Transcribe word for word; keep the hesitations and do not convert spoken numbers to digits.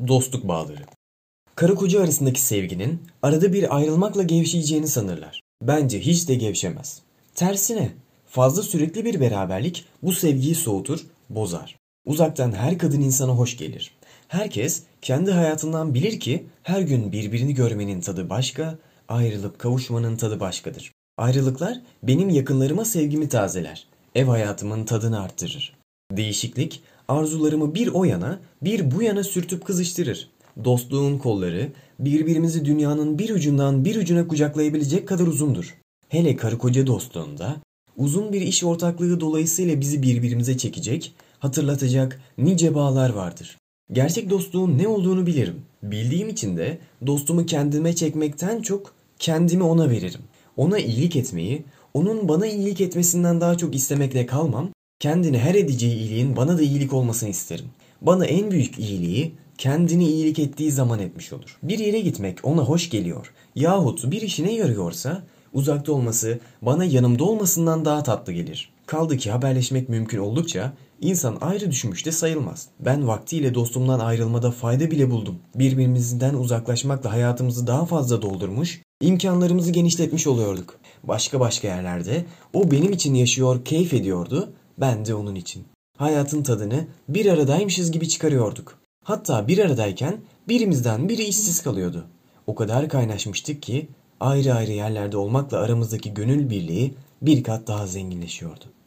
Dostluk bağları. Karı koca arasındaki sevginin arada bir ayrılmakla gevşeyeceğini sanırlar. Bence hiç de gevşemez. Tersine fazla sürekli bir beraberlik bu sevgiyi soğutur, bozar. Uzaktan her kadın insana hoş gelir. Herkes kendi hayatından bilir ki her gün birbirini görmenin tadı başka, ayrılıp kavuşmanın tadı başkadır. Ayrılıklar benim yakınlarıma sevgimi tazeler, ev hayatımın tadını arttırır. Değişiklik arzularımı bir o yana bir bu yana sürtüp kızıştırır. Dostluğun kolları birbirimizi dünyanın bir ucundan bir ucuna kucaklayabilecek kadar uzundur. Hele karı koca dostluğunda uzun bir iş ortaklığı dolayısıyla bizi birbirimize çekecek, hatırlatacak nice bağlar vardır. Gerçek dostluğun ne olduğunu bilirim. Bildiğim için de dostumu kendime çekmekten çok kendimi ona veririm. Ona iyilik etmeyi, onun bana iyilik etmesinden daha çok istemekle kalmam, kendine her edeceği iyiliğin bana da iyilik olmasını isterim. Bana en büyük iyiliği kendini iyilik ettiği zaman etmiş olur. Bir yere gitmek ona hoş geliyor yahut bir işine yarıyorsa uzakta olması bana yanımda olmasından daha tatlı gelir. Kaldı ki haberleşmek mümkün oldukça insan ayrı düşmüş de sayılmaz. Ben vaktiyle dostumdan ayrılmada fayda bile buldum. Birbirimizden uzaklaşmakla hayatımızı daha fazla doldurmuş, imkanlarımızı genişletmiş oluyorduk. Başka başka yerlerde o benim için yaşıyor, keyif ediyordu, ben de onun için. Hayatın tadını bir aradaymışız gibi çıkarıyorduk. Hatta bir aradayken birimizden biri işsiz kalıyordu. O kadar kaynaşmıştık ki ayrı ayrı yerlerde olmakla aramızdaki gönül birliği bir kat daha zenginleşiyordu.